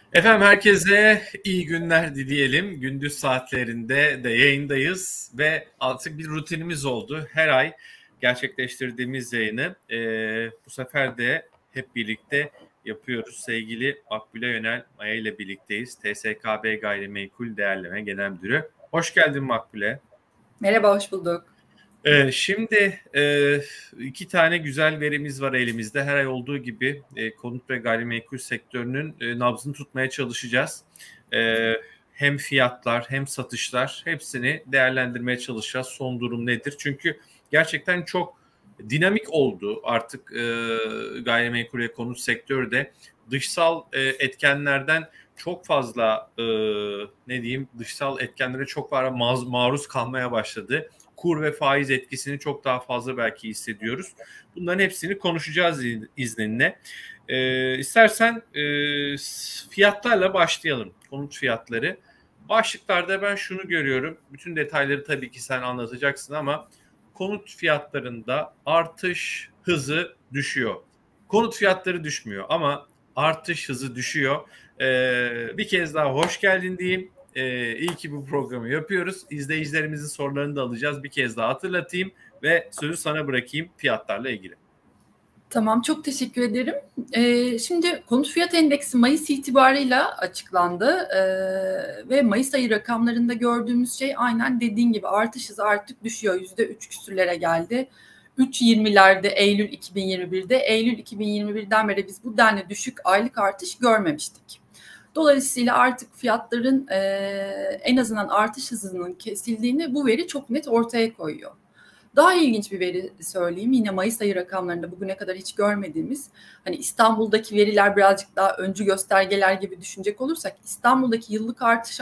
Efendim herkese iyi günler dileyelim. Gündüz saatlerinde de yayındayız ve artık bir rutinimiz oldu. Her ay gerçekleştirdiğimiz yayını bu sefer de hep birlikte yapıyoruz. Sevgili Makbule Yönel Maya ile birlikteyiz. TSKB Gayrimenkul Değerleme Genel Müdürü. Hoş geldin Makbule. Merhaba, hoş bulduk. Şimdi iki tane güzel verimiz var elimizde. Her ay olduğu gibi konut ve gayrimenkul sektörünün nabzını tutmaya çalışacağız. Hem fiyatlar hem satışlar hepsini değerlendirmeye çalışacağız. Son durum nedir? Çünkü gerçekten çok dinamik oldu artık gayrimenkul ve konut sektörü de. Dışsal etkenlerden çok fazla dışsal etkenlere çok fazla maruz kalmaya başladı. Kur ve faiz etkisini çok daha fazla belki hissediyoruz. Bunların hepsini konuşacağız izninle. İstersen fiyatlarla başlayalım. Konut fiyatları. Başlıklarda ben şunu görüyorum. Bütün detayları tabii ki sen anlatacaksın ama konut fiyatlarında artış hızı düşüyor. Konut fiyatları düşmüyor ama artış hızı düşüyor. Bir kez daha hoş geldin diyeyim. İyi ki bu programı yapıyoruz. İzleyicilerimizin sorularını da alacağız. Bir kez daha hatırlatayım ve sözü sana bırakayım fiyatlarla ilgili. Tamam, çok teşekkür ederim. Şimdi konut fiyat endeksi Mayıs itibarıyla açıklandı ve Mayıs ayı rakamlarında gördüğümüz şey aynen dediğin gibi artış hızı artık düşüyor. %3 küsürlere geldi. 3.20'lerde Eylül 2021'de, Eylül 2021'den beri biz bu denli düşük aylık artış görmemiştik. Dolayısıyla artık fiyatların en azından artış hızının kesildiğini bu veri çok net ortaya koyuyor. Daha ilginç bir veri söyleyeyim. Yine Mayıs ayı rakamlarında bugüne kadar hiç görmediğimiz, hani İstanbul'daki veriler birazcık daha öncü göstergeler gibi düşünecek olursak, İstanbul'daki yıllık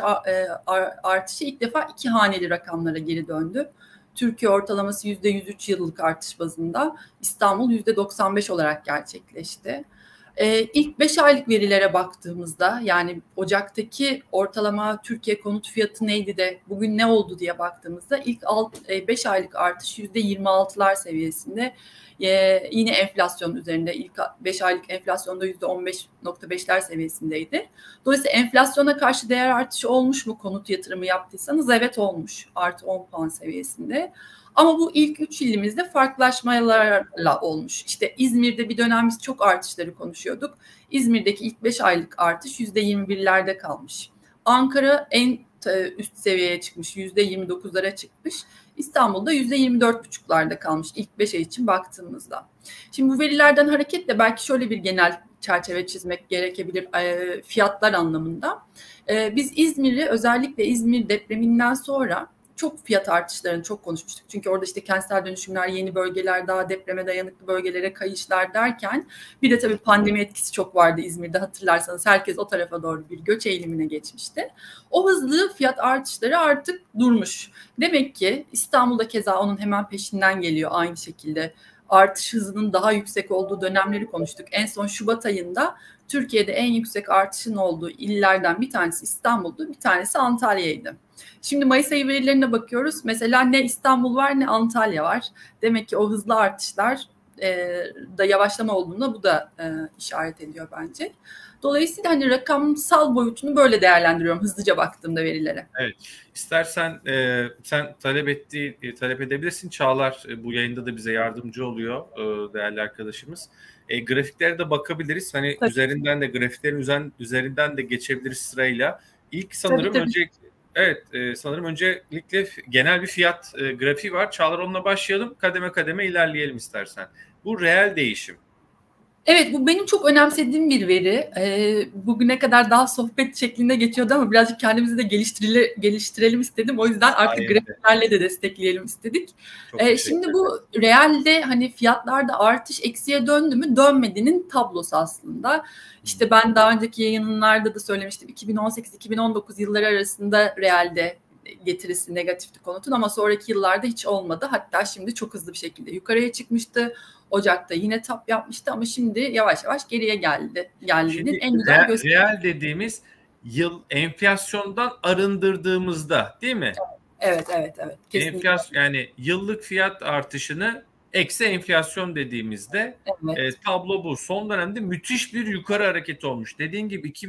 artışı ilk defa 2 haneli rakamlara geri döndü. Türkiye ortalaması %103 yıllık artış bazında, İstanbul %95 olarak gerçekleşti. İlk 5 aylık verilere baktığımızda, yani Ocak'taki ortalama Türkiye konut fiyatı neydi de bugün ne oldu diye baktığımızda ilk 5 aylık artış %26'lar seviyesinde. Yine enflasyon üzerinde ilk 5 aylık enflasyonda %15.5'ler seviyesindeydi. Dolayısıyla enflasyona karşı değer artışı olmuş mu konut yatırımı yaptıysanız? Evet, olmuş. Artı 10 puan seviyesinde. Ama bu ilk 3 ilimizde farklılaşmalarla olmuş. İşte İzmir'de bir dönem biz çok artışları konuşuyorduk. İzmir'deki ilk 5 aylık artış %21'lerde kalmış. Ankara en üst seviyeye çıkmış, %29'lara çıkmış. İstanbul'da %24,5'larda kalmış ilk 5 ay için baktığımızda. Şimdi bu verilerden hareketle belki şöyle bir genel çerçeve çizmek gerekebilir fiyatlar anlamında. Biz İzmir'i, özellikle İzmir depreminden sonra çok fiyat artışlarını çok konuşmuştuk. Çünkü orada işte kentsel dönüşümler, yeni bölgeler, daha depreme dayanıklı bölgelere kayışlar derken bir de tabii pandemi etkisi çok vardı İzmir'de, hatırlarsanız herkes o tarafa doğru bir göç eğilimine geçmişti. O hızlı fiyat artışları artık durmuş. Demek ki İstanbul'da keza onun hemen peşinden geliyor aynı şekilde. Artış hızının daha yüksek olduğu dönemleri konuştuk. En son Şubat ayında Türkiye'de en yüksek artışın olduğu illerden bir tanesi İstanbul'du, bir tanesi Antalya'ydı. Şimdi Mayıs ayı verilerine bakıyoruz. Mesela ne İstanbul var ne Antalya var. Demek ki o hızlı artışlar da yavaşlama olduğunda bu da işaret ediyor bence. Dolayısıyla hani rakamsal boyutunu böyle değerlendiriyorum hızlıca baktığımda verilere. Evet. İstersen sen talep edebilirsin. Çağlar bu yayında da bize yardımcı oluyor değerli arkadaşımız. Grafiklere de bakabiliriz. Hani Tabii. üzerinden de grafiklerin üzerinden de geçebiliriz sırayla. İlk sanırım Tabii. sanırım öncelikle genel bir fiyat grafiği var. Çağlar onunla başlayalım. Kademe kademe ilerleyelim istersen. Bu reel değişim. Evet, bu benim çok önemsediğim bir veri. Bugüne kadar daha sohbet şeklinde geçiyordu ama birazcık kendimizi de geliştirelim istedim. O yüzden artık grafiklerle de destekleyelim istedik. Şimdi bu realde hani fiyatlarda artış eksiye döndü mü dönmediğinin tablosu aslında. İşte ben daha önceki yayınlarda da söylemiştim. 2018-2019 yılları arasında realde getirisi negatifti konutun ama sonraki yıllarda hiç olmadı. Hatta şimdi çok hızlı bir şekilde yukarıya çıkmıştı. Ocak'ta yine tap yapmıştı ama şimdi yavaş yavaş geriye geldiğinin en güzel göstergesi. Reel dediğimiz yıl enflasyondan arındırdığımızda değil mi? Evet. Kesinlikle. Yani yıllık fiyat artışını eksi enflasyon dediğimizde tablo bu. Son dönemde müthiş bir yukarı hareket olmuş. Dediğin gibi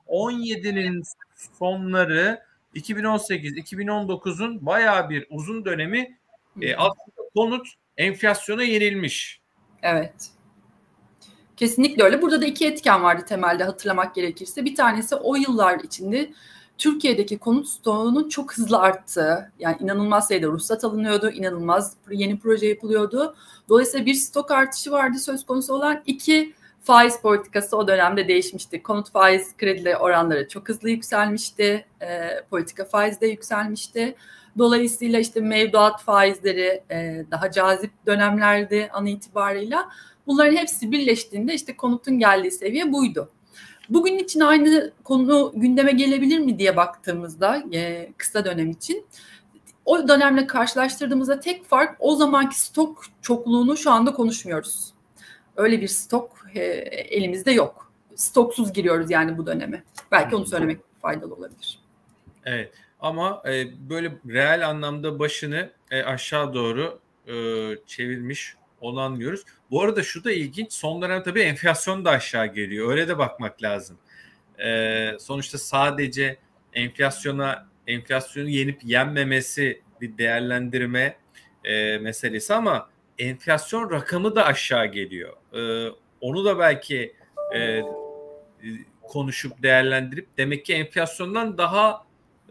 2017'nin sonları, 2018-2019'un bayağı bir uzun dönemi aslında konut enflasyona yenilmiş. Evet. Kesinlikle öyle. Burada da iki etken vardı temelde hatırlamak gerekirse. Bir tanesi o yıllar içinde Türkiye'deki konut stoğunun çok hızlı arttığı, yani inanılmaz sayıda ruhsat alınıyordu, inanılmaz yeni proje yapılıyordu. Dolayısıyla bir stok artışı vardı söz konusu olan. İki, faiz politikası o dönemde değişmişti. Konut faiz kredi oranları çok hızlı yükselmişti, politika faizi de yükselmişti. Dolayısıyla işte mevduat faizleri daha cazip dönemlerdi an itibarıyla. Bunların hepsi birleştiğinde işte konutun geldiği seviye buydu. Bugün için aynı konu gündeme gelebilir mi diye baktığımızda kısa dönem için o dönemle karşılaştırdığımızda tek fark o zamanki stok çokluğunu şu anda konuşmuyoruz. Öyle bir stok elimizde yok. Stoksuz giriyoruz yani bu döneme. Belki onu söylemek faydalı olabilir. Evet ama böyle reel anlamda başını aşağı doğru çevirmiş, onu anlıyoruz. Bu arada şu da ilginç, son dönem tabii enflasyon da aşağı geliyor. Öyle de bakmak lazım. Sonuçta sadece enflasyonu yenip yenmemesi bir değerlendirme meselesi ama enflasyon rakamı da aşağı geliyor. Onu da belki konuşup değerlendirip demek ki enflasyondan daha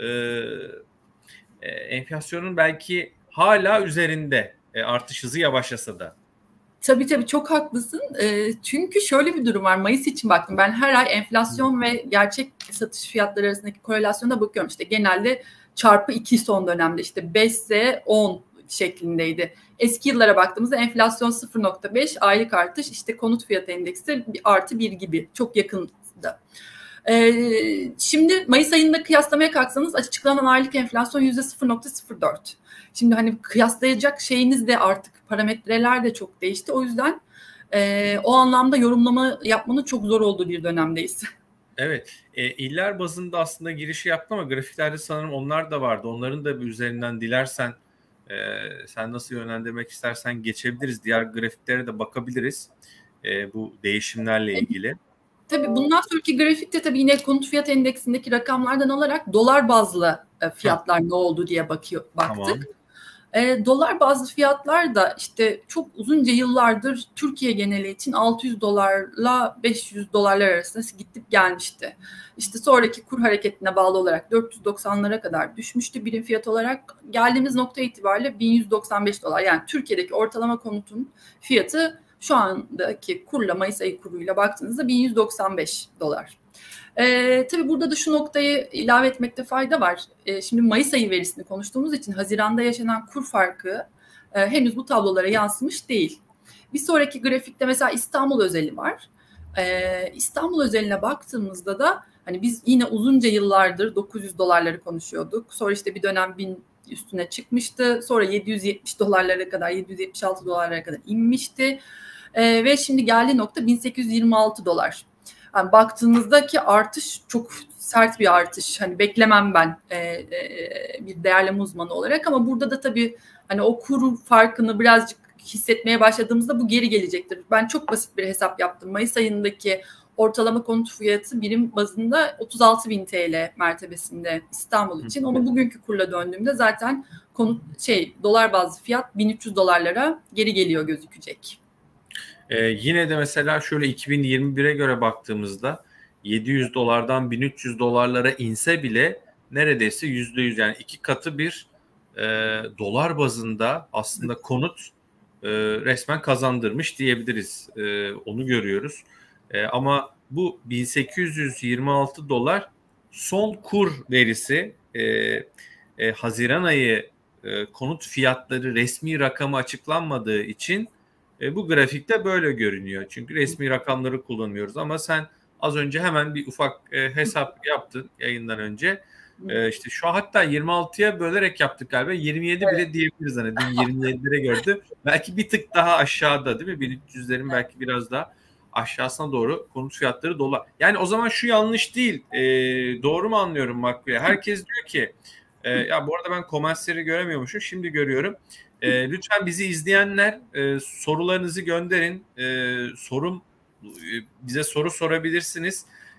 enflasyonun belki hala üzerinde artış hızı yavaşlasa da. Tabii çok haklısın. Çünkü şöyle bir durum var. Mayıs için baktım. Ben her ay enflasyon ve gerçek satış fiyatları arasındaki korelasyona bakıyorum. İşte genelde çarpı 2 son dönemde işte 5 ise 10 şeklindeydi. Eski yıllara baktığımızda enflasyon 0.5, aylık artış işte konut fiyatı endeksi artı 1 gibi çok yakında. Şimdi Mayıs ayında kıyaslamaya kalksanız açıklanan aylık enflasyon %0.04. Şimdi hani kıyaslayacak şeyiniz de artık parametreler de çok değişti. O yüzden o anlamda yorumlama yapmanın çok zor olduğu bir dönemdeyiz. Evet, iller bazında aslında girişi yaptım ama grafiklerde sanırım onlar da vardı. Onların da bir üzerinden dilersen sen nasıl yönlendirmek istersen geçebiliriz. Diğer grafiklere de bakabiliriz bu değişimlerle ilgili. Tabii bundan sonraki grafikte tabii yine konut fiyat endeksindeki rakamlardan alarak dolar bazlı fiyatlar ne oldu diye baktık. Tamam. Dolar bazlı fiyatlar da işte çok uzunca yıllardır Türkiye geneli için 600 dolarla 500 dolarlar arasında gidip gelmişti. İşte sonraki kur hareketine bağlı olarak 490'lara kadar düşmüştü birim fiyat olarak. Geldiğimiz nokta itibariyle 1195 dolar. Yani Türkiye'deki ortalama konutun fiyatı şu andaki kurla, Mayıs ayı kuruyla baktığınızda 1195 dolar. Tabii burada da şu noktayı ilave etmekte fayda var. Şimdi Mayıs ayı verisini konuştuğumuz için Haziran'da yaşanan kur farkı henüz bu tablolara yansımış değil. Bir sonraki grafikte mesela İstanbul özeli var. İstanbul özeline baktığımızda da hani biz yine uzunca yıllardır 900 dolarları konuşuyorduk. Sonra işte bir dönem 1000 üstüne çıkmıştı. Sonra 770 dolarlara kadar, 776 dolarlara kadar inmişti. Ve şimdi geldiği nokta 1826 dolar. Yani baktığınızdaki artış çok sert bir artış. Hani beklemem ben bir değerleme uzmanı olarak ama burada da tabii hani o kur farkını birazcık hissetmeye başladığımızda bu geri gelecektir. Ben çok basit bir hesap yaptım. Mayıs ayındaki ortalama konut fiyatı birim bazında 36.000 TL mertebesinde İstanbul için. Onu bugünkü kurla döndüğümde zaten konut dolar bazlı fiyat 1300 dolarlara geri geliyor gözükecek. Yine de mesela şöyle 2021'e göre baktığımızda 700 dolardan 1300 dolarlara inse bile neredeyse %100 yani 2 katı bir dolar bazında aslında konut resmen kazandırmış diyebiliriz. Onu görüyoruz. Ama bu 1826 dolar son kur verisi Haziran ayı konut fiyatları resmi rakamı açıklanmadığı için bu grafikte böyle görünüyor. Çünkü resmi rakamları kullanıyoruz ama sen az önce hemen bir ufak hesap yaptın yayından önce. İşte şu hatta 26'ya bölerek yaptık galiba. 27 bile diyebiliriz. Hani dün 27'lere gördü. Belki bir tık daha aşağıda değil mi? 1300'lerin belki biraz daha aşağısına doğru konut fiyatları dolar. Yani o zaman şu yanlış değil. Doğru mu anlıyorum Makbuye? Herkes diyor ki ya bu arada ben komentleri göremiyormuşum. Şimdi görüyorum. Lütfen bizi izleyenler sorularınızı gönderin. Bize soru sorabilirsiniz.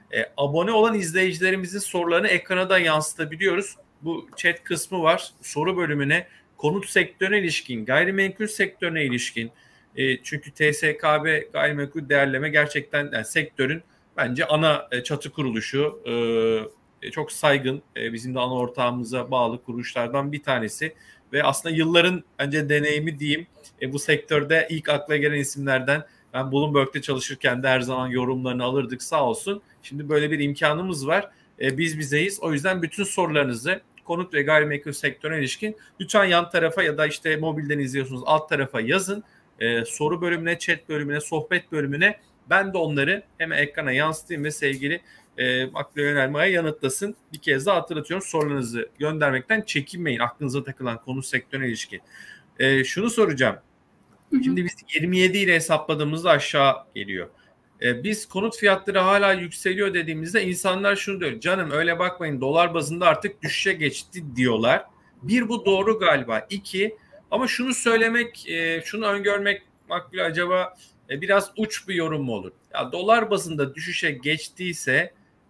Abone olan izleyicilerimizin sorularını ekrana da yansıtabiliyoruz. Bu chat kısmı var. Soru bölümüne konut sektörüne ilişkin, gayrimenkul sektörüne ilişkin, çünkü TSKB gayrimenkul değerleme gerçekten yani sektörün bence ana çatı kuruluşu, çok saygın, bizim de ana ortağımıza bağlı kuruluşlardan bir tanesi ve aslında yılların bence deneyimi diyeyim, bu sektörde ilk akla gelen isimlerden. Ben Bloomberg'de çalışırken de her zaman yorumlarını alırdık, sağ olsun. Şimdi böyle bir imkanımız var. Biz bizeyiz. O yüzden bütün sorularınızı konut ve gayrimenkul sektörüne ilişkin lütfen yan tarafa ya da işte mobilden izliyorsunuz alt tarafa yazın. Soru bölümüne, chat bölümüne, sohbet bölümüne ben de onları hemen ekrana yansıtayım ve sevgili Makbule Önelmay'a yanıtlasın. Bir kez daha hatırlatıyorum, sorularınızı göndermekten çekinmeyin aklınıza takılan konu sektörüne ilişkin. Şunu soracağım. Şimdi biz 27 ile hesapladığımızda aşağı geliyor. Biz konut fiyatları hala yükseliyor dediğimizde insanlar şunu diyor. Canım öyle bakmayın, dolar bazında artık düşüşe geçti diyorlar. Bir, bu doğru galiba. İki, ama şunu söylemek, şunu öngörmek makbul acaba biraz uç bir yorum mu olur? Ya dolar bazında düşüşe geçtiyse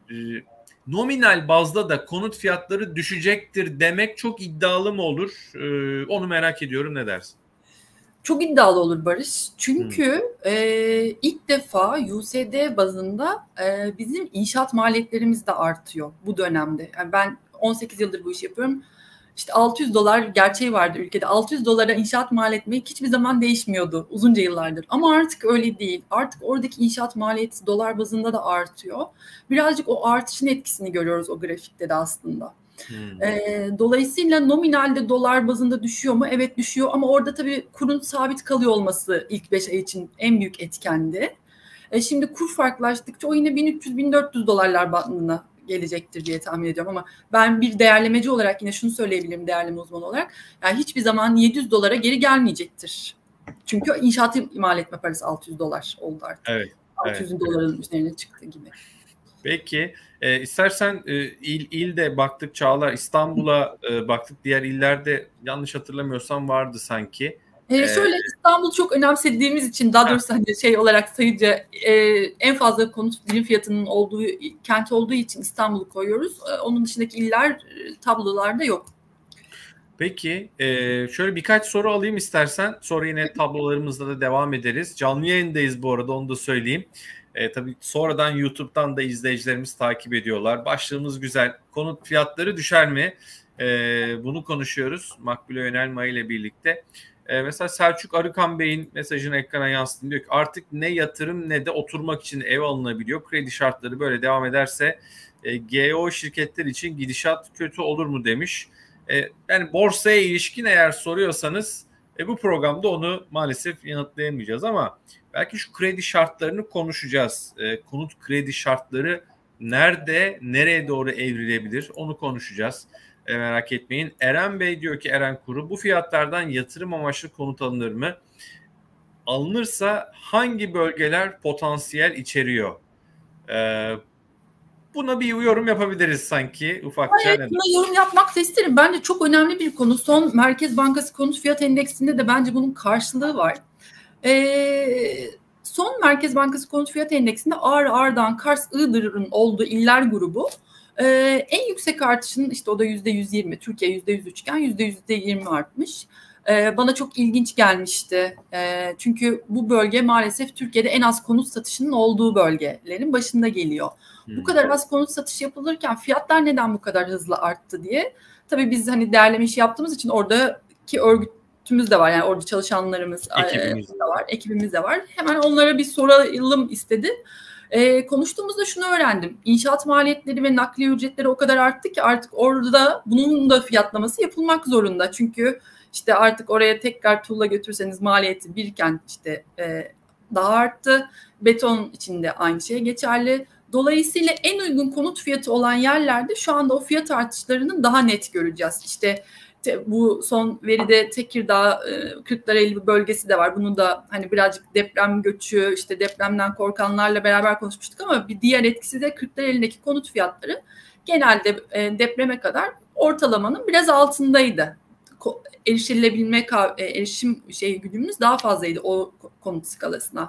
nominal bazda da konut fiyatları düşecektir demek çok iddialı mı olur? Onu merak ediyorum, ne dersin? Çok iddialı olur Barış. Çünkü ilk defa USD bazında bizim inşaat maliyetlerimiz de artıyor bu dönemde. Yani ben 18 yıldır bu işi yapıyorum. İşte $600 gerçeği vardı ülkede. $600 inşaat maliyeti hiçbir zaman değişmiyordu uzunca yıllardır. Ama artık öyle değil. Artık oradaki inşaat maliyeti dolar bazında da artıyor. Birazcık o artışın etkisini görüyoruz o grafikte de aslında. Dolayısıyla nominalde dolar bazında düşüyor mu? Evet düşüyor ama orada tabii kurun sabit kalıyor olması ilk 5 ay için en büyük etkendi. Şimdi kur farklılaştıkça o yine $1300-1400 bandına gelecektir diye tahmin ediyorum ama ben bir değerlemeci olarak yine şunu söyleyebilirim, değerleme uzmanı olarak. Yani hiçbir zaman $700 geri gelmeyecektir. Çünkü inşaat imal etme parası $600 oldu artık. Evet. $600'ın üzerine çıktı gibi. Peki, istersen il de baktık Çağlar, İstanbul'a baktık, diğer illerde yanlış hatırlamıyorsam vardı sanki. Şöyle, İstanbul çok önemsediğimiz için, daha doğrusu hani şey olarak sayıca en fazla konut birim fiyatının olduğu kent olduğu için İstanbul'u koyuyoruz. Onun dışındaki iller tablolarda yok. Peki, şöyle birkaç soru alayım istersen. Sonra yine tablolarımızla da devam ederiz. Canlı yayındayız bu arada, onu da söyleyeyim. Tabii sonradan YouTube'dan da izleyicilerimiz takip ediyorlar. Başlığımız güzel. Konut fiyatları düşer mi? Bunu konuşuyoruz Makbule Önelma ile birlikte. Mesela Selçuk Arıkan Bey'in mesajını ekrana yansıttım. Diyor ki artık ne yatırım ne de oturmak için ev alınabiliyor. Kredi şartları böyle devam ederse GO şirketler için gidişat kötü olur mu demiş. Yani borsaya ilişkin eğer soruyorsanız bu programda onu maalesef yanıtlayamayacağız ama belki şu kredi şartlarını konuşacağız. Konut kredi şartları nerede, nereye doğru evrilebilir onu konuşacağız. Merak etmeyin. Eren Bey diyor ki, Eren Kuru, bu fiyatlardan yatırım amaçlı konut alınır mı? Alınırsa hangi bölgeler potansiyel içeriyor? Buna bir yorum yapabiliriz sanki ufakça. Evet, buna yorum yapmak da isterim. Bence çok önemli bir konu. Son Merkez Bankası Konut Fiyat Endeksinde de bence bunun karşılığı var. Son Merkez Bankası Konut Fiyat Endeksinde Ağrı, Ardahan, Kars, Iğdır'ın olduğu iller grubu en yüksek artışın, işte o da %120, Türkiye %103 iken %20 artmış. Bana çok ilginç gelmişti. Çünkü bu bölge maalesef Türkiye'de en az konut satışının olduğu bölgelerin başında geliyor. Bu kadar az konut satışı yapılırken fiyatlar neden bu kadar hızlı arttı diye. Tabii biz hani değerleme işi yaptığımız için oradaki örgütümüz de var. Yani orada çalışanlarımız de var, ekibimiz de var. Hemen onlara bir soralım istedi. Konuştuğumuzda şunu öğrendim. İnşaat maliyetleri ve nakliye ücretleri o kadar arttı ki artık orada bunun da fiyatlaması yapılmak zorunda. Çünkü işte artık oraya tekrar tuğla götürseniz maliyeti birken işte daha arttı. Beton için de aynı şey geçerli. Dolayısıyla en uygun konut fiyatı olan yerlerde şu anda o fiyat artışlarını daha net göreceğiz. İşte bu son veride Tekirdağ, Kırklareli bölgesi de var. Bunun da hani birazcık deprem göçü, işte depremden korkanlarla beraber konuşmuştuk ama bir diğer etkisi de Kırklareli'ndeki konut fiyatları genelde depreme kadar ortalamanın biraz altındaydı. Erişim gücümüz daha fazlaydı o konut skalasına.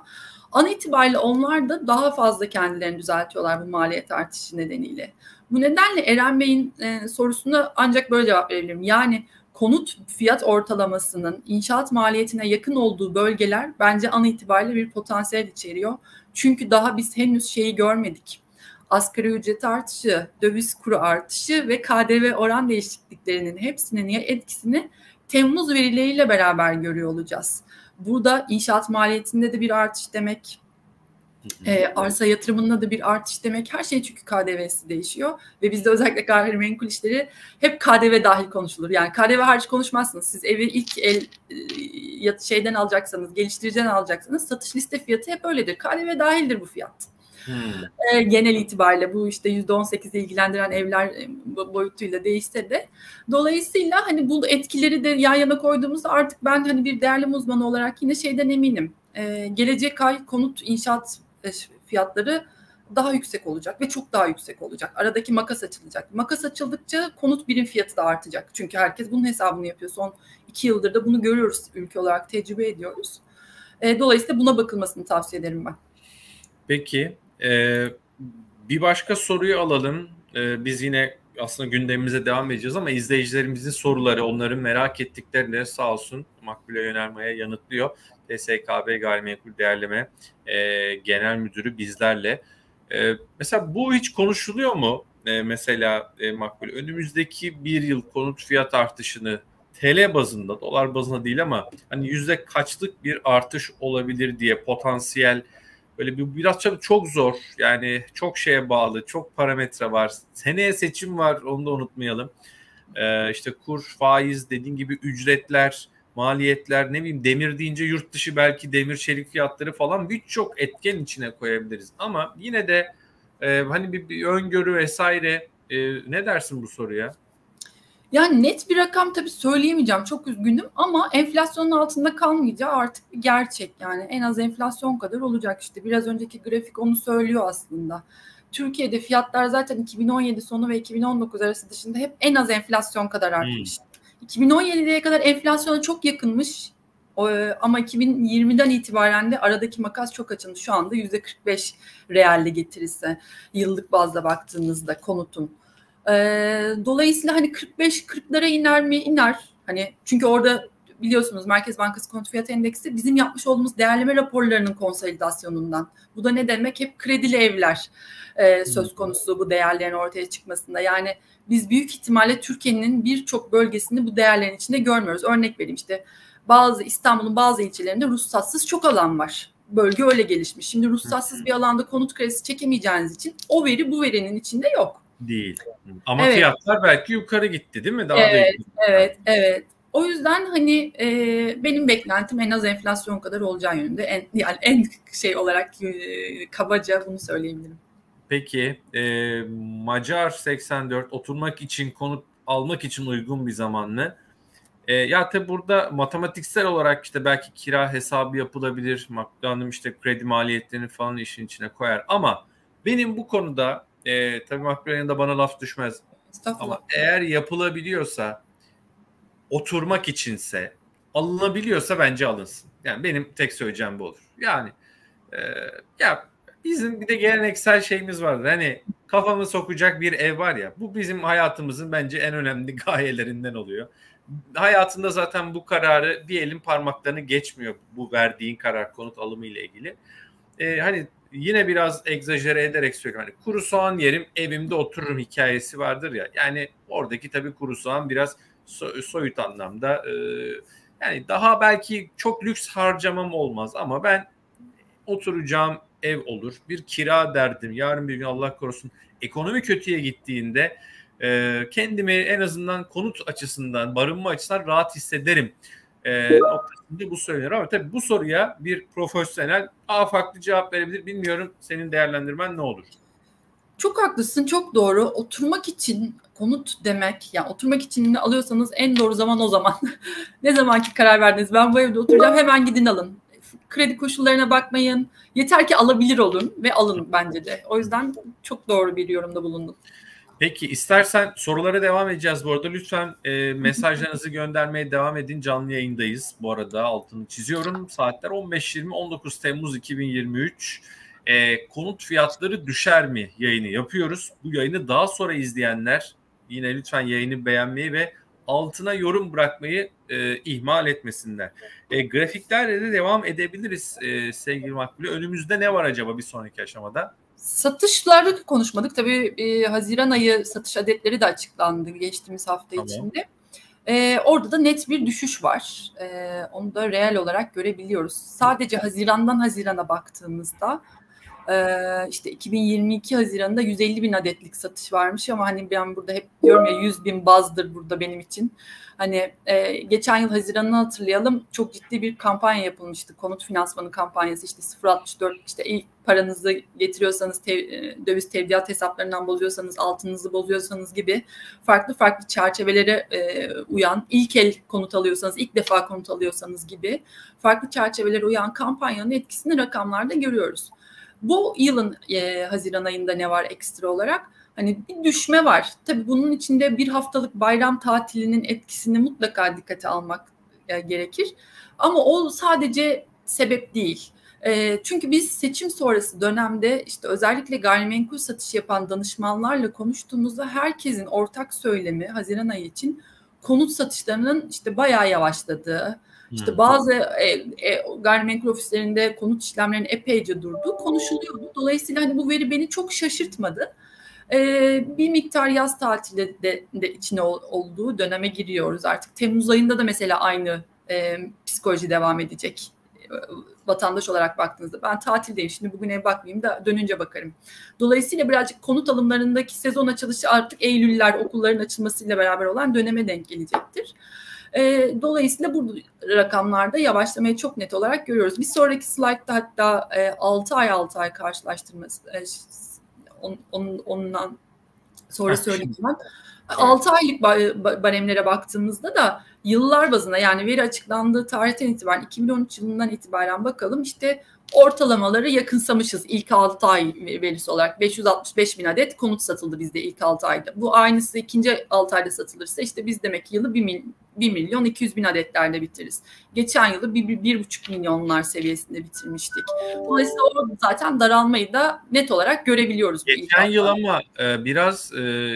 An itibariyle onlar da daha fazla kendilerini düzeltiyorlar bu maliyet artışı nedeniyle. Bu nedenle Eren Bey'in sorusuna ancak böyle cevap verebilirim. Yani konut fiyat ortalamasının inşaat maliyetine yakın olduğu bölgeler bence an itibariyle bir potansiyel içeriyor. Çünkü daha biz henüz şeyi görmedik. Asgari ücret artışı, döviz kuru artışı ve KDV oran değişikliklerinin hepsinin etkisini Temmuz verileriyle beraber görüyor olacağız. Burada inşaat maliyetinde de bir artış demek, arsa yatırımında da bir artış demek. Her şey çünkü KDV'si değişiyor ve bizde özellikle gayrimenkul işleri hep KDV dahil konuşulur. Yani KDV hariç konuşmazsınız. Siz evi ilk şeyden alacaksanız, geliştiriciden alacaksanız satış liste fiyatı hep öyledir. KDV dahildir bu fiyat. Genel itibariyle bu işte %18'i ilgilendiren evler boyutuyla değişse de. Dolayısıyla hani bu etkileri de yan yana koyduğumuzda artık ben hani bir değerleme uzmanı olarak yine şeyden eminim. Gelecek ay konut inşaat fiyatları daha yüksek olacak ve çok daha yüksek olacak. Aradaki makas açılacak. Makas açıldıkça konut birim fiyatı da artacak. Çünkü herkes bunun hesabını yapıyor. Son 2 yıldır da bunu görüyoruz, ülke olarak tecrübe ediyoruz. Dolayısıyla buna bakılmasını tavsiye ederim ben. Peki. Bir başka soruyu alalım. Biz yine aslında gündemimize devam edeceğiz ama izleyicilerimizin soruları, onların merak ettiklerini sağ olsun Makbule Yönermay'a yanıtlıyor. TSKB Gayrimenkul Değerleme Genel Müdürü bizlerle. Mesela bu hiç konuşuluyor mu? Mesela Makbule, önümüzdeki bir yıl konut fiyat artışını TL bazında, dolar bazında değil ama hani yüzde kaçlık bir artış olabilir diye potansiyel. Böyle biraz çok zor, yani çok şeye bağlı, çok parametre var. Seneye seçim var, onu da unutmayalım. İşte kur, faiz, dediğin gibi ücretler, maliyetler, ne bileyim demir deyince yurt dışı belki demir çelik fiyatları falan birçok etken içine koyabiliriz. Ama yine de hani bir öngörü vesaire, ne dersin bu soruya? Yani net bir rakam tabii söyleyemeyeceğim. Çok üzgünüm ama enflasyonun altında kalmayacağı artık bir gerçek. Yani en az enflasyon kadar olacak işte. Biraz önceki grafik onu söylüyor aslında. Türkiye'de fiyatlar zaten 2017 sonu ve 2019 arası dışında hep en az enflasyon kadar artmış. 2017'ye kadar enflasyona çok yakınmış. Ama 2020'den itibaren de aradaki makas çok açıldı. Şu anda %45 realde getirisi yıllık bazda baktığınızda konutun. Dolayısıyla hani 45-40'lara iner mi? İner. Hani çünkü orada biliyorsunuz Merkez Bankası Konut Fiyat Endeksi bizim yapmış olduğumuz değerleme raporlarının konsolidasyonundan. Bu da ne demek? Hep kredili evler söz konusu bu değerlerin ortaya çıkmasında. Yani biz büyük ihtimalle Türkiye'nin birçok bölgesini bu değerlerin içinde görmüyoruz. Örnek vereyim, işte İstanbul'un bazı ilçelerinde ruhsatsız çok alan var. Bölge öyle gelişmiş. Şimdi ruhsatsız bir alanda konut kredisi çekemeyeceğiniz için o veri bu verinin içinde yok. Değil. Ama evet, fiyatlar belki yukarı gitti değil mi? Daha evet. O yüzden hani benim beklentim en az enflasyon kadar olacağı yönünde. Yani en şey olarak kabaca bunu söyleyebilirim. Peki Macar 84 oturmak için, konut almak için uygun bir zaman mı? Ya tabi burada matematiksel olarak işte belki kira hesabı yapılabilir. Makbule Hanım işte kredi maliyetlerini falan işin içine koyar. Ama benim bu konuda tabii Makbule'nin de bana laf düşmez. Ama eğer yapılabiliyorsa, oturmak içinse, alınabiliyorsa bence alınsın. Yani benim tek söyleyeceğim bu olur. Yani ya bizim bir de geleneksel şeyimiz vardır. Hani kafamı sokacak bir ev var ya, bu bizim hayatımızın bence en önemli gayelerinden oluyor. Hayatında zaten bu kararı bir elin parmaklarını geçmiyor, bu verdiğin karar konut alımı ile ilgili. Hani yine biraz egzajere ederek söylüyorum. Hani kuru soğan yerim, evimde otururum hikayesi vardır ya. Yani oradaki tabii kuru soğan biraz soyut anlamda. Yani daha belki çok lüks harcamam olmaz ama ben oturacağım ev olur. Bir kira derdim. Yarın bir gün Allah korusun ekonomi kötüye gittiğinde kendimi en azından konut açısından, barınma açısından rahat hissederim noktasında bu söylenir. Ama tabii bu soruya bir profesyonel daha farklı cevap verebilir. Bilmiyorum, senin değerlendirmen ne olur? Çok haklısın, çok doğru. Oturmak için konut demek, yani oturmak için alıyorsanız en doğru zaman o zaman. Ne zamanki karar verdiniz, ben bu evde oturacağım, hemen gidin alın. Kredi koşullarına bakmayın. Yeter ki alabilir olun ve alın bence de. O yüzden çok doğru bir yorumda bulundun. Peki istersen sorulara devam edeceğiz bu arada. Lütfen mesajlarınızı göndermeye devam edin. Canlı yayındayız. Bu arada altını çiziyorum. Saatler 15.20, 19 Temmuz 2023. Konut fiyatları düşer mi yayını yapıyoruz. Bu yayını daha sonra izleyenler yine lütfen yayını beğenmeyi ve altına yorum bırakmayı ihmal etmesinler. Grafiklerle de devam edebiliriz sevgili Makbule. Önümüzde ne var acaba bir sonraki aşamada? Satışları konuşmadık. Tabii Haziran ayı satış adetleri de açıklandı geçtiğimiz hafta içinde. Orada da net bir düşüş var. Onu da reel olarak görebiliyoruz. Sadece Haziran'dan Haziran'a baktığımızda işte 2022 Haziran'da 150 bin adetlik satış varmış ama hani ben burada hep diyorum ya 100 bin bazdır burada benim için. Hani geçen yıl Haziran'ı hatırlayalım, çok ciddi bir kampanya yapılmıştı. Konut finansmanı kampanyası, işte 0.64, işte ilk paranızı getiriyorsanız döviz tevdiat hesaplarından bozuyorsanız, altınınızı bozuyorsanız gibi farklı farklı çerçevelere uyan, ilk el konut alıyorsanız, ilk defa konut alıyorsanız gibi farklı çerçevelere uyan kampanyanın etkisini rakamlarda görüyoruz. Bu yılın Haziran ayında ne var ekstra olarak? Hani bir düşme var. Tabii bunun içinde bir haftalık bayram tatilinin etkisini mutlaka dikkate almak gerekir. Ama o sadece sebep değil. Çünkü biz seçim sonrası dönemde işte özellikle gayrimenkul satışı yapan danışmanlarla konuştuğumuzda herkesin ortak söylemi Haziran ayı için konut satışlarının işte bayağı yavaşladığı, İşte bazı gayrimenkul ofislerinde konut işlemlerinin epeyce durduğu konuşuluyordu. Dolayısıyla hani bu veri beni çok şaşırtmadı. Bir miktar yaz tatili de içine olduğu döneme giriyoruz artık. Temmuz ayında da mesela aynı psikoloji devam edecek. Vatandaş olarak baktığınızda ben tatildeyim, şimdi bugüne bakmayayım da dönünce bakarım. Dolayısıyla birazcık konut alımlarındaki sezon açılışı artık Eylüller, okulların açılmasıyla beraber olan döneme denk gelecektir. Dolayısıyla bu rakamlarda yavaşlamayı çok net olarak görüyoruz. Bir sonraki slaytta hatta 6 ay karşılaştırması ondan sonra söyleyeceğim. 6 aylık baremlere baktığımızda da yıllar bazında, yani veri açıklandığı tarihten itibaren 2013 yılından itibaren bakalım, işte ortalamaları yakınsamışız ilk 6 ay verisi olarak. 565 bin adet konut satıldı bizde ilk 6 ayda. Bu aynısı ikinci 6 ayda satılırsa işte biz demek ki yılı 1 milyon 200 bin adetlerle bitiririz. Geçen yılı 1,5 milyonlar seviyesinde bitirmiştik. Dolayısıyla orada zaten daralmayı da net olarak görebiliyoruz. Geçen yıl ama biraz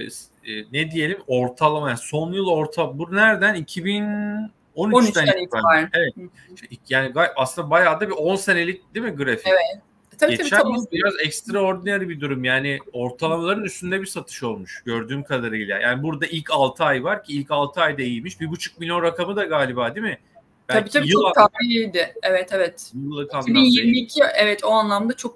ne diyelim ortalama, yani son yıl bu nereden? 2013'ten itibaren. Evet. Yani aslında bayağı da bir 10 senelik değil mi grafik? Evet. Geçen yıl biraz extraordinary bir durum. Yani ortalamaların üstünde bir satış olmuş gördüğüm kadarıyla. Yani burada ilk 6 ay var ki ilk 6 ayda iyiymiş. 1,5 milyon rakamı da galiba değil mi? Belki tabii çok tarihiydi. Evet. 2022 evet, o anlamda çok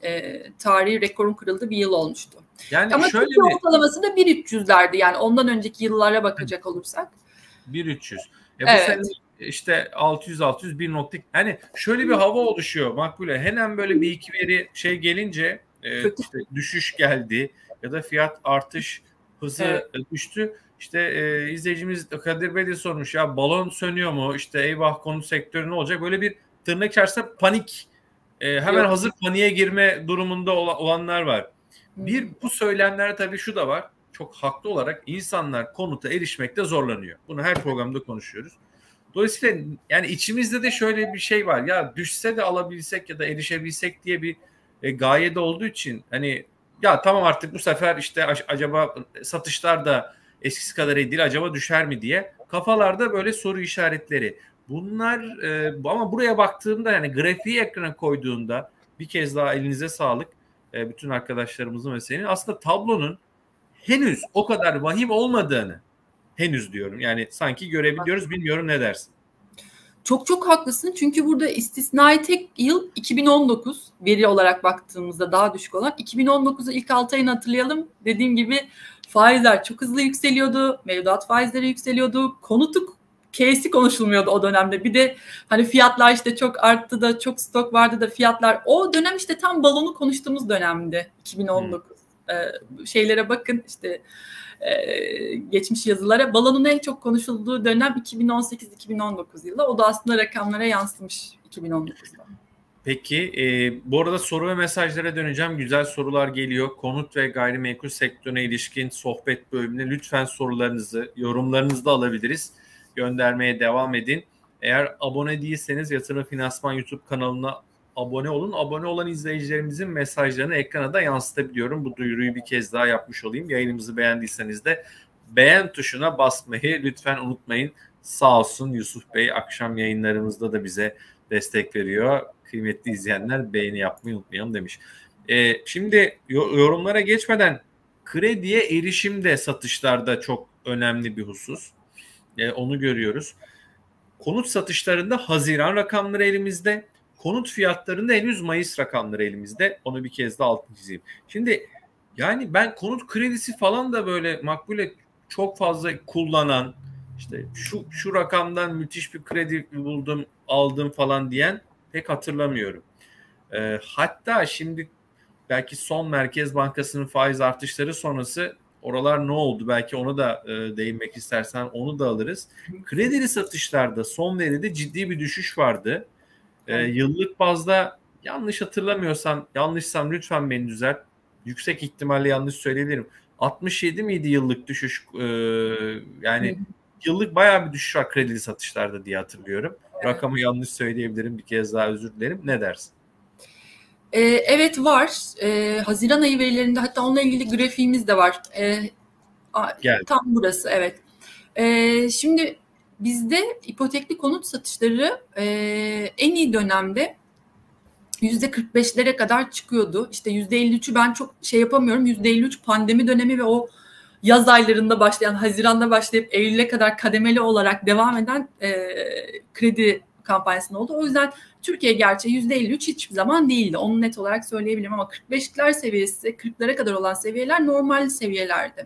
tarihi rekorun kırıldığı bir yıl olmuştu. Yani ama şöyle Türkiye ortalaması da 1.300'lerdi. Yani ondan önceki yıllara bakacak olursak. 1.300. Bu sene işte 600 1 hani şöyle bir hava oluşuyor Makbule. Hemen böyle bir iki veri gelince işte düşüş geldi ya da fiyat artış hızı düştü. İşte izleyicimiz Kadir Bey de sormuş, ya balon sönüyor mu? İşte eyvah konut sektörü ne olacak? Böyle bir tırnak içerisinde panik, hemen hazır paniğe girme durumunda olanlar var. Bu söylemler tabii şu da var. Çok haklı olarak insanlar konuta erişmekte zorlanıyor. Bunu her programda konuşuyoruz. Dolayısıyla yani içimizde de şöyle bir şey var. Ya düşse de alabilsek ya da erişebilsek diye bir gaye de olduğu için hani ya tamam artık bu sefer işte acaba satışlar da eskisi kadar iyi değil, acaba düşer mi diye kafalarda böyle soru işaretleri. Bunlar ama buraya baktığımda, yani grafiği ekrana koyduğunda, bir kez daha elinize sağlık bütün arkadaşlarımızın ve senin, aslında tablonun henüz o kadar vahim olmadığını, henüz diyorum, yani sanki görebiliyoruz. Bilmiyorum, ne dersin? Çok haklısın, çünkü burada istisnai tek yıl 2019 veri olarak baktığımızda daha düşük olan 2019'u ilk 6 ayını hatırlayalım. Dediğim gibi faizler çok hızlı yükseliyordu, mevduat faizleri yükseliyordu, konutu K'si konuşulmuyordu o dönemde. Bir de hani fiyatlar işte çok arttı da çok stok vardı da fiyatlar, o dönem işte tam balonu konuştuğumuz dönemdi 2019. Şeylere bakın işte geçmiş yazılara, balonun en çok konuşulduğu dönem 2018-2019 yılı. O da aslında rakamlara yansımış 2019'da. Peki, bu arada soru ve mesajlara döneceğim. Güzel sorular geliyor. Konut ve gayrimenkul sektörüne ilişkin sohbet bölümüne lütfen sorularınızı, yorumlarınızı da alabiliriz. Göndermeye devam edin. Eğer abone değilseniz Yatırım Finansman YouTube kanalına abone olun. Abone olan izleyicilerimizin mesajlarını ekrana da yansıtabiliyorum. Bu duyuruyu bir kez daha yapmış olayım. Yayınımızı beğendiyseniz de beğen tuşuna basmayı lütfen unutmayın. Sağ olsun Yusuf Bey, akşam yayınlarımızda da bize destek veriyor. Kıymetli izleyenler, beğeni yapmayı unutmayalım demiş. Şimdi yorumlara geçmeden, krediye erişim de satışlarda çok önemli bir husus. Onu görüyoruz. Konut satışlarında Haziran rakamları elimizde. Konut fiyatlarında henüz Mayıs rakamları elimizde. Onu bir kez daha altını çizeyim. Şimdi yani ben konut kredisi falan da böyle makbule çok fazla kullanan, işte şu rakamdan müthiş bir kredi buldum, aldım falan diyen pek hatırlamıyorum. Hatta şimdi belki son Merkez Bankası'nın faiz artışları sonrası oralar ne oldu? Belki onu da değinmek istersen onu da alırız. Kredili satışlarda son veride ciddi bir düşüş vardı. Evet. Yıllık bazda yanlış hatırlamıyorsam, yanlışsam lütfen beni düzelt. Yüksek ihtimalle yanlış söyleyebilirim. 67 miydi yıllık düşüş? Yani yıllık bayağı bir düşüş var kredili satışlarda diye hatırlıyorum. Evet. Rakamı yanlış söyleyebilirim. Bir kez daha özür dilerim. Ne dersin? Evet, var. Haziran ayı verilerinde hatta onunla ilgili grafiğimiz de var. Geldi. Tam burası, evet. Şimdi bizde ipotekli konut satışları en iyi dönemde %45'lere kadar çıkıyordu. İşte %53'ü ben çok şey yapamıyorum. %53 pandemi dönemi ve o yaz aylarında başlayan, Haziran'da başlayıp Eylül'e kadar kademeli olarak devam eden kredi kampanyasında oldu. O yüzden Türkiye gerçeği %53 hiçbir zaman değildi. Onu net olarak söyleyebilirim ama 45'ler seviyesi, 40'lara kadar olan seviyeler normal seviyelerdi.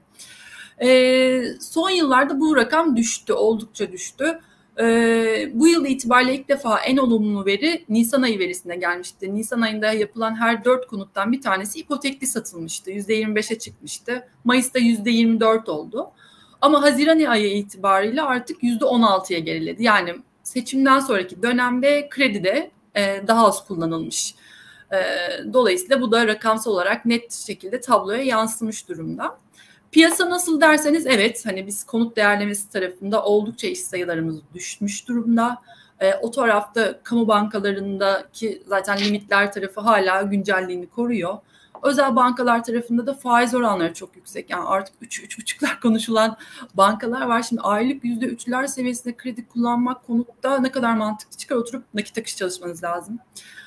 Son yıllarda bu rakam düştü, oldukça düştü. Bu yıl itibariyle ilk defa en olumlu veri Nisan ayı verisine gelmişti. Nisan ayında yapılan her 4 konuttan bir tanesi ipotekli satılmıştı. %25'e çıkmıştı. Mayıs'ta %24 oldu. Ama Haziran ayı itibariyle artık %16'ya geriledi. Yani seçimden sonraki dönemde kredi de daha az kullanılmış. Dolayısıyla bu da rakamsal olarak net şekilde tabloya yansımış durumda. Piyasa nasıl derseniz, evet, hani biz konut değerlemesi tarafında oldukça iş sayılarımız düşmüş durumda. O tarafta kamu bankalarındaki zaten limitler tarafı hala güncelliğini koruyor. Özel bankalar tarafında da faiz oranları çok yüksek. Yani artık 3-3,5'lar konuşulan bankalar var. Şimdi aylık %3'ler seviyesinde kredi kullanmak konutta ne kadar mantıklı çıkar, oturup nakit akışı çalışmanız lazım.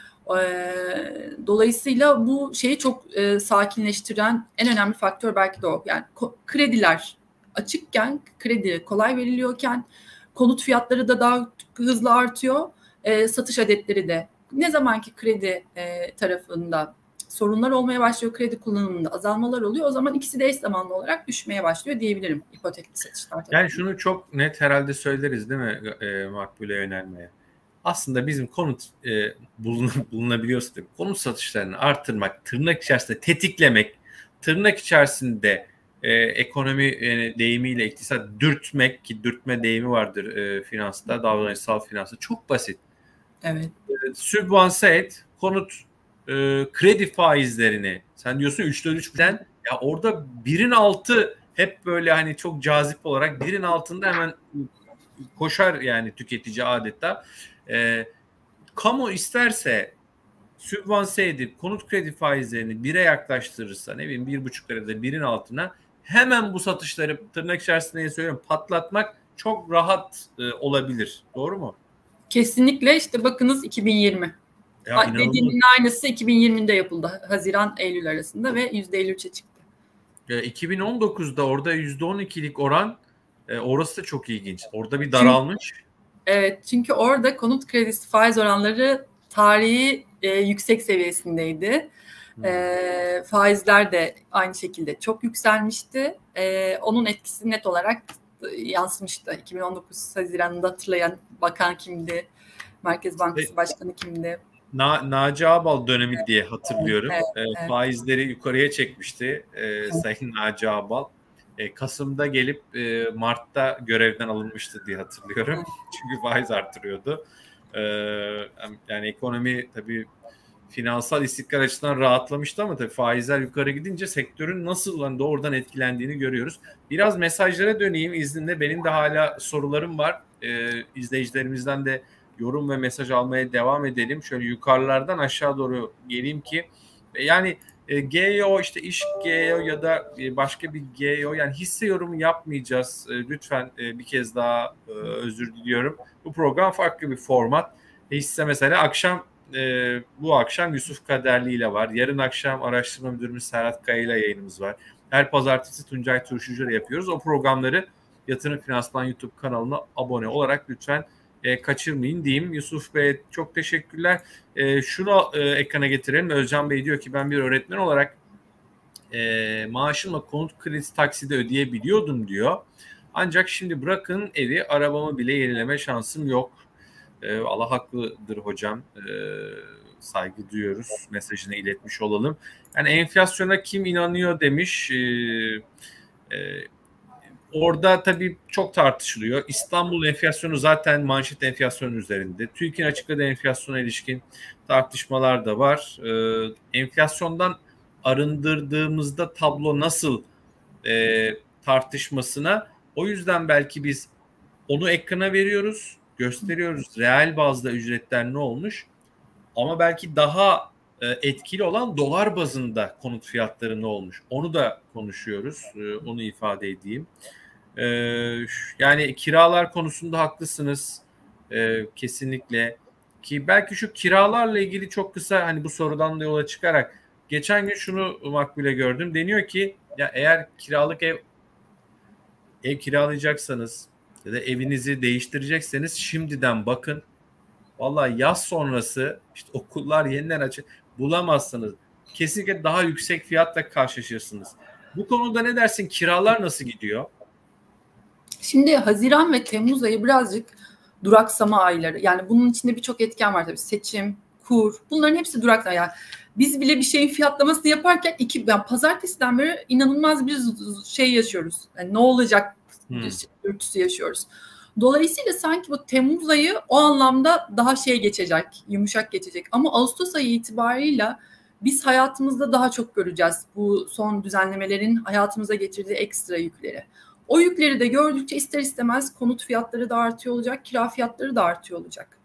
Dolayısıyla bu şeyi çok sakinleştiren en önemli faktör belki de o. Yani krediler açıkken, kredi kolay veriliyorken konut fiyatları da daha hızlı artıyor. Satış adetleri de. Ne zamanki kredi tarafında sorunlar olmaya başlıyor, kredi kullanımında azalmalar oluyor, o zaman ikisi de eş zamanlı olarak düşmeye başlıyor diyebilirim ipotekli satışlar tarafında. Yani şunu çok net herhalde söyleriz değil mi makbule yönelmeye? Aslında bizim konut bulunabiliyorsa da konut satışlarını artırmak, tırnak içerisinde tetiklemek, tırnak içerisinde ekonomi deyimiyle iktisat dürtmek, ki dürtme deyimi vardır finansta, davranışsal finansta, çok basit. Evet. Sübvanse et, konut kredi faizlerini, sen diyorsun 3'te 3'ten, ya orada birin altı hep böyle hani çok cazip olarak birin altında hemen koşar yani tüketici adeta. Kamu isterse sübvanse edip konut kredi faizlerini bire yaklaştırırsa, ne bileyim 1,5 lirada birin altına, hemen bu satışları tırnak içerisinde söylüyorum patlatmak çok rahat olabilir. Doğru mu? Kesinlikle. İşte bakınız 2020. Dediğimin aynısı 2020'de yapıldı. Haziran-Eylül arasında ve %53'e çıktı. 2019'da orada %12'lik oran, orası da çok ilginç. Orada bir daralmış. Evet, çünkü orada konut kredisi faiz oranları tarihi yüksek seviyesindeydi. Faizler de aynı şekilde çok yükselmişti. Onun etkisi net olarak yansımıştı. 2019 Haziran'da hatırlayan bakan kimdi? Merkez Bankası Başkanı kimdi? Naci Ağbal dönemi diye hatırlıyorum. Evet. Faizleri yukarıya çekmişti Sayın Naci Ağbal. Kasım'da gelip Mart'ta görevden alınmıştı diye hatırlıyorum. Çünkü faiz artırıyordu. Yani ekonomi tabii finansal istikrar açısından rahatlamıştı ama tabii faizler yukarı gidince sektörün nasıl doğrudan etkilendiğini görüyoruz. Biraz mesajlara döneyim izninle. Benim de hala sorularım var. İzleyicilerimizden de yorum ve mesaj almaya devam edelim. Şöyle yukarılardan aşağı doğru geleyim ki yani GEO işte iş GEO ya da başka bir GEO yani hisse yorumu yapmayacağız. Lütfen bir kez daha özür diliyorum. Bu program farklı bir format. Hisse mesela bu akşam Yusuf Kaderli ile var. Yarın akşam araştırma müdürümüz Serhat Kaya ile yayınımız var. Her pazartesi Tuncay Turşucu ile yapıyoruz. O programları Yatırım Finansman YouTube kanalına abone olarak lütfen kaçırmayın diyeyim. Yusuf Bey çok teşekkürler. Şunu ekrana getirelim. Özcan Bey diyor ki ben bir öğretmen olarak maaşımla konut kredisi taksidi ödeyebiliyordum diyor. Ancak şimdi bırakın evi, arabamı bile yenileme şansım yok. Allah haklıdır hocam. Saygı duyuyoruz. Mesajını iletmiş olalım. Yani enflasyona kim inanıyor demiş. Orada tabii çok tartışılıyor. İstanbul enflasyonu zaten manşet enflasyonun üzerinde. TÜİK'in açıkladığı enflasyona ilişkin tartışmalar da var. Enflasyondan arındırdığımızda tablo nasıl tartışmasına, o yüzden belki biz onu ekrana veriyoruz, gösteriyoruz. Reel bazda ücretler ne olmuş? Ama belki daha etkili olan dolar bazında konut fiyatları ne olmuş? Onu da konuşuyoruz. Onu ifade edeyim. Yani kiralar konusunda haklısınız. Kesinlikle. Ki belki şu kiralarla ilgili çok kısa hani bu sorudan da yola çıkarak geçen gün şunu makbule gördüm. Deniyor ki ya eğer kiralık ev kiralayacaksanız ya da evinizi değiştirecekseniz şimdiden bakın. Vallahi yaz sonrası işte okullar yeniden açık bulamazsınız. Kesinlikle daha yüksek fiyatla karşılaşırsınız. Bu konuda ne dersin? Kiralar nasıl gidiyor? Şimdi Haziran ve Temmuz ayı birazcık duraksama ayları. Yani bunun içinde birçok etken var tabii. Seçim, kur, bunların hepsi duraksama. Yani biz bile bir şeyin fiyatlamasını yaparken pazartesiden beri inanılmaz bir şey yaşıyoruz. Yani ne olacak dürtüsü yaşıyoruz. Dolayısıyla sanki bu Temmuz ayı o anlamda daha geçecek, yumuşak geçecek. Ama Ağustos ayı itibarıyla biz hayatımızda daha çok göreceğiz bu son düzenlemelerin hayatımıza getirdiği ekstra yükleri. O yükleri de gördükçe ister istemez konut fiyatları da artıyor olacak, kira fiyatları da artıyor olacak.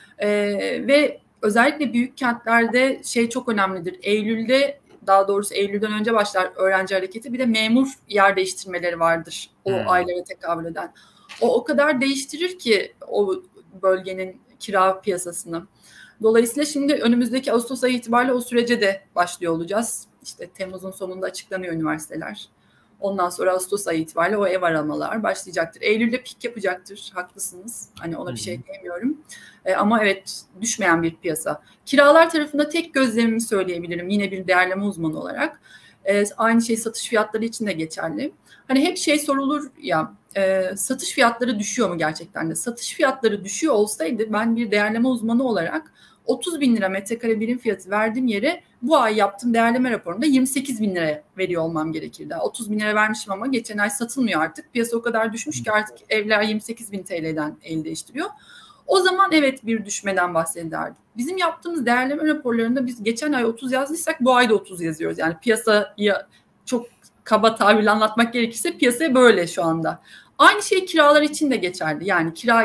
Ve özellikle büyük kentlerde çok önemlidir. Daha doğrusu Eylül'den önce başlar öğrenci hareketi. Bir de memur yer değiştirmeleri vardır o aylara tekabül eden. O kadar değiştirir ki o bölgenin kira piyasasını. Dolayısıyla şimdi önümüzdeki Ağustos ayı itibariyle o sürece de başlıyor olacağız. İşte Temmuz'un sonunda açıklanıyor üniversiteler. Ondan sonra Ağustos ayı itibariyle o ev aramalar başlayacaktır. Eylül'de pik yapacaktır. Haklısınız. Hani ona bir şey diyemiyorum. Ama evet düşmeyen bir piyasa. Kiralar tarafında tek gözlemimi söyleyebilirim. Yine bir değerleme uzmanı olarak. Aynı şey satış fiyatları için de geçerli. Hani hep sorulur ya satış fiyatları düşüyor mu gerçekten de? Satış fiyatları düşüyor olsaydı ben bir değerleme uzmanı olarak 30 bin lira metrekare birim fiyatı verdiğim yere bu ay yaptığım değerleme raporunda 28 bin liraya veriyor olmam gerekirdi. 30 bin lira vermişim ama geçen ay satılmıyor artık. Piyasa o kadar düşmüş ki artık evler 28 bin TL'den el değiştiriyor. O zaman evet bir düşmeden bahsederdik. Bizim yaptığımız değerleme raporlarında biz geçen ay 30 yazdıysak bu ay da 30 yazıyoruz. Yani piyasaya çok kaba tabirle anlatmak gerekirse piyasaya böyle şu anda. Aynı şey kiralar için de geçerli. Yani kira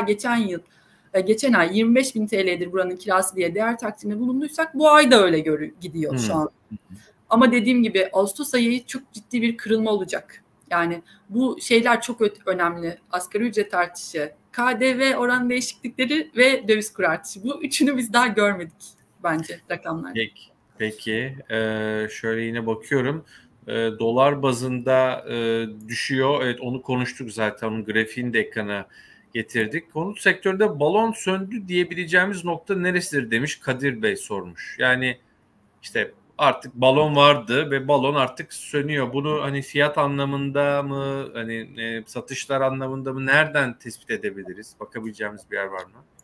geçen ay 25 bin TL'dir buranın kirası diye değer takdiminde bulunduysak bu ay da öyle gidiyor şu an. Ama dediğim gibi Ağustos ayı çok ciddi bir kırılma olacak. Yani bu şeyler çok önemli. Asgari ücret artışı, KDV oran değişiklikleri ve döviz kuru artışı. Bu üçünü biz daha görmedik bence rakamlarda. Peki. Şöyle yine bakıyorum. Dolar bazında düşüyor. Evet onu konuştuk zaten. Onun grafiğini de ekrana getirdik. Konut sektöründe balon söndü diyebileceğimiz nokta neresidir demiş Kadir Bey sormuş. Yani işte artık balon vardı ve balon artık sönüyor. Bunu hani fiyat anlamında mı hani satışlar anlamında mı nereden tespit edebiliriz? Bakabileceğimiz bir yer var mı?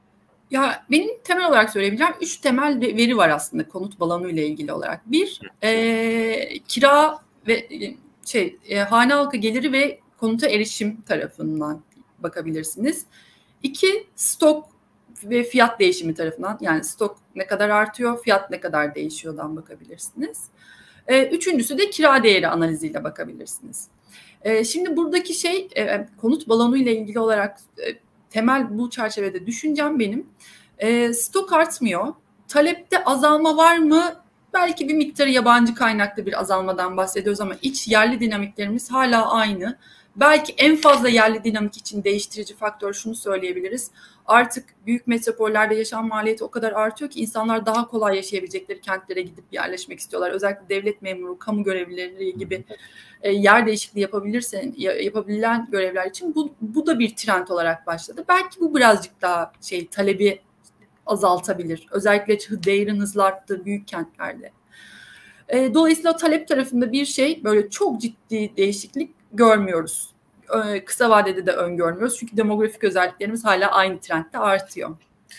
Ya benim temel olarak söyleyebileceğim 3 temel veri var aslında konut balonu ile ilgili olarak. Bir, kira ve hane halkı geliri ve konuta erişim tarafından bakabilirsiniz. 2, stok ve fiyat değişimi tarafından, yani stok ne kadar artıyor, fiyat ne kadar değişiyordan bakabilirsiniz. Üçüncüsü de kira değeri analiziyle bakabilirsiniz. Şimdi buradaki konut balonu ile ilgili olarak temel bu çerçevede düşüncem benim. Stok artmıyor. Talepte azalma var mı? Belki bir miktarı yabancı kaynaklı bir azalmadan bahsediyoruz ama iç yerli dinamiklerimiz hala aynı. Belki en fazla yerli dinamik için değiştirici faktör şunu söyleyebiliriz. Artık büyük metropollerde yaşam maliyeti o kadar artıyor ki insanlar daha kolay yaşayabilecekleri kentlere gidip yerleşmek istiyorlar. Özellikle devlet memuru, kamu görevlileri gibi yer değişikliği yapabilen görevler için bu da bir trend olarak başladı. Belki bu birazcık daha talebi azaltabilir. Özellikle değerin hızla arttığı büyük kentlerde. Dolayısıyla talep tarafında böyle çok ciddi değişiklik görmüyoruz. Kısa vadede de öngörmüyoruz. Çünkü demografik özelliklerimiz hala aynı trendde artıyor.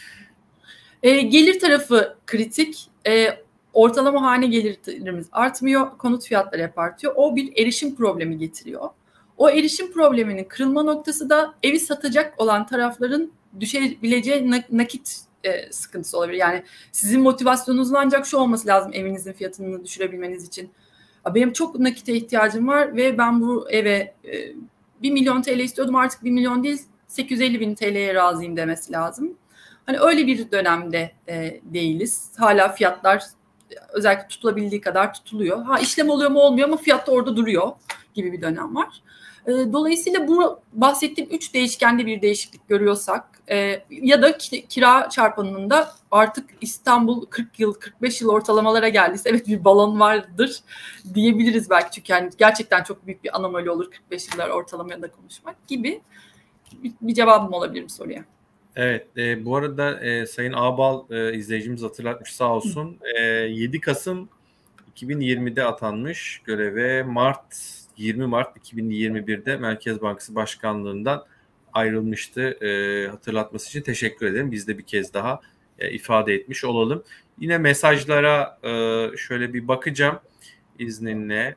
Gelir tarafı kritik. Ortalama hane gelirimiz artmıyor. Konut fiyatları hep artıyor. O bir erişim problemi getiriyor. O erişim probleminin kırılma noktası da evi satacak olan tarafların düşebileceği nakit sıkıntısı olabilir. Yani sizin motivasyonunuzun ancak şu olması lazım evinizin fiyatını düşürebilmeniz için. Benim çok nakite ihtiyacım var ve ben bu eve 1 milyon TL istiyordum, artık 1 milyon değil 850 bin TL'ye razıyım demesi lazım. Hani öyle bir dönemde değiliz. Hala fiyatlar özellikle tutulabildiği kadar tutuluyor. İşlem oluyor mu olmuyor ama fiyat da orada duruyor gibi bir dönem var. Dolayısıyla bu bahsettiğim 3 değişkende bir değişiklik görüyorsak ya da kira çarpanında artık İstanbul 40 yıl 45 yıl ortalamalara geldiyse evet bir balon vardır diyebiliriz belki, çünkü yani gerçekten çok büyük bir anomali olur 45 yıllar ortalamaya da konuşmak gibi bir cevabım olabilir bu soruya. Evet, bu arada Sayın Ağbal izleyicimiz hatırlatmış sağ olsun. 7 Kasım 2020'de atanmış göreve, 20 Mart 2021'de Merkez Bankası Başkanlığından ayrılmıştı. Hatırlatması için teşekkür ederim. Biz de bir kez daha ifade etmiş olalım. Yine mesajlara şöyle bir bakacağım izninle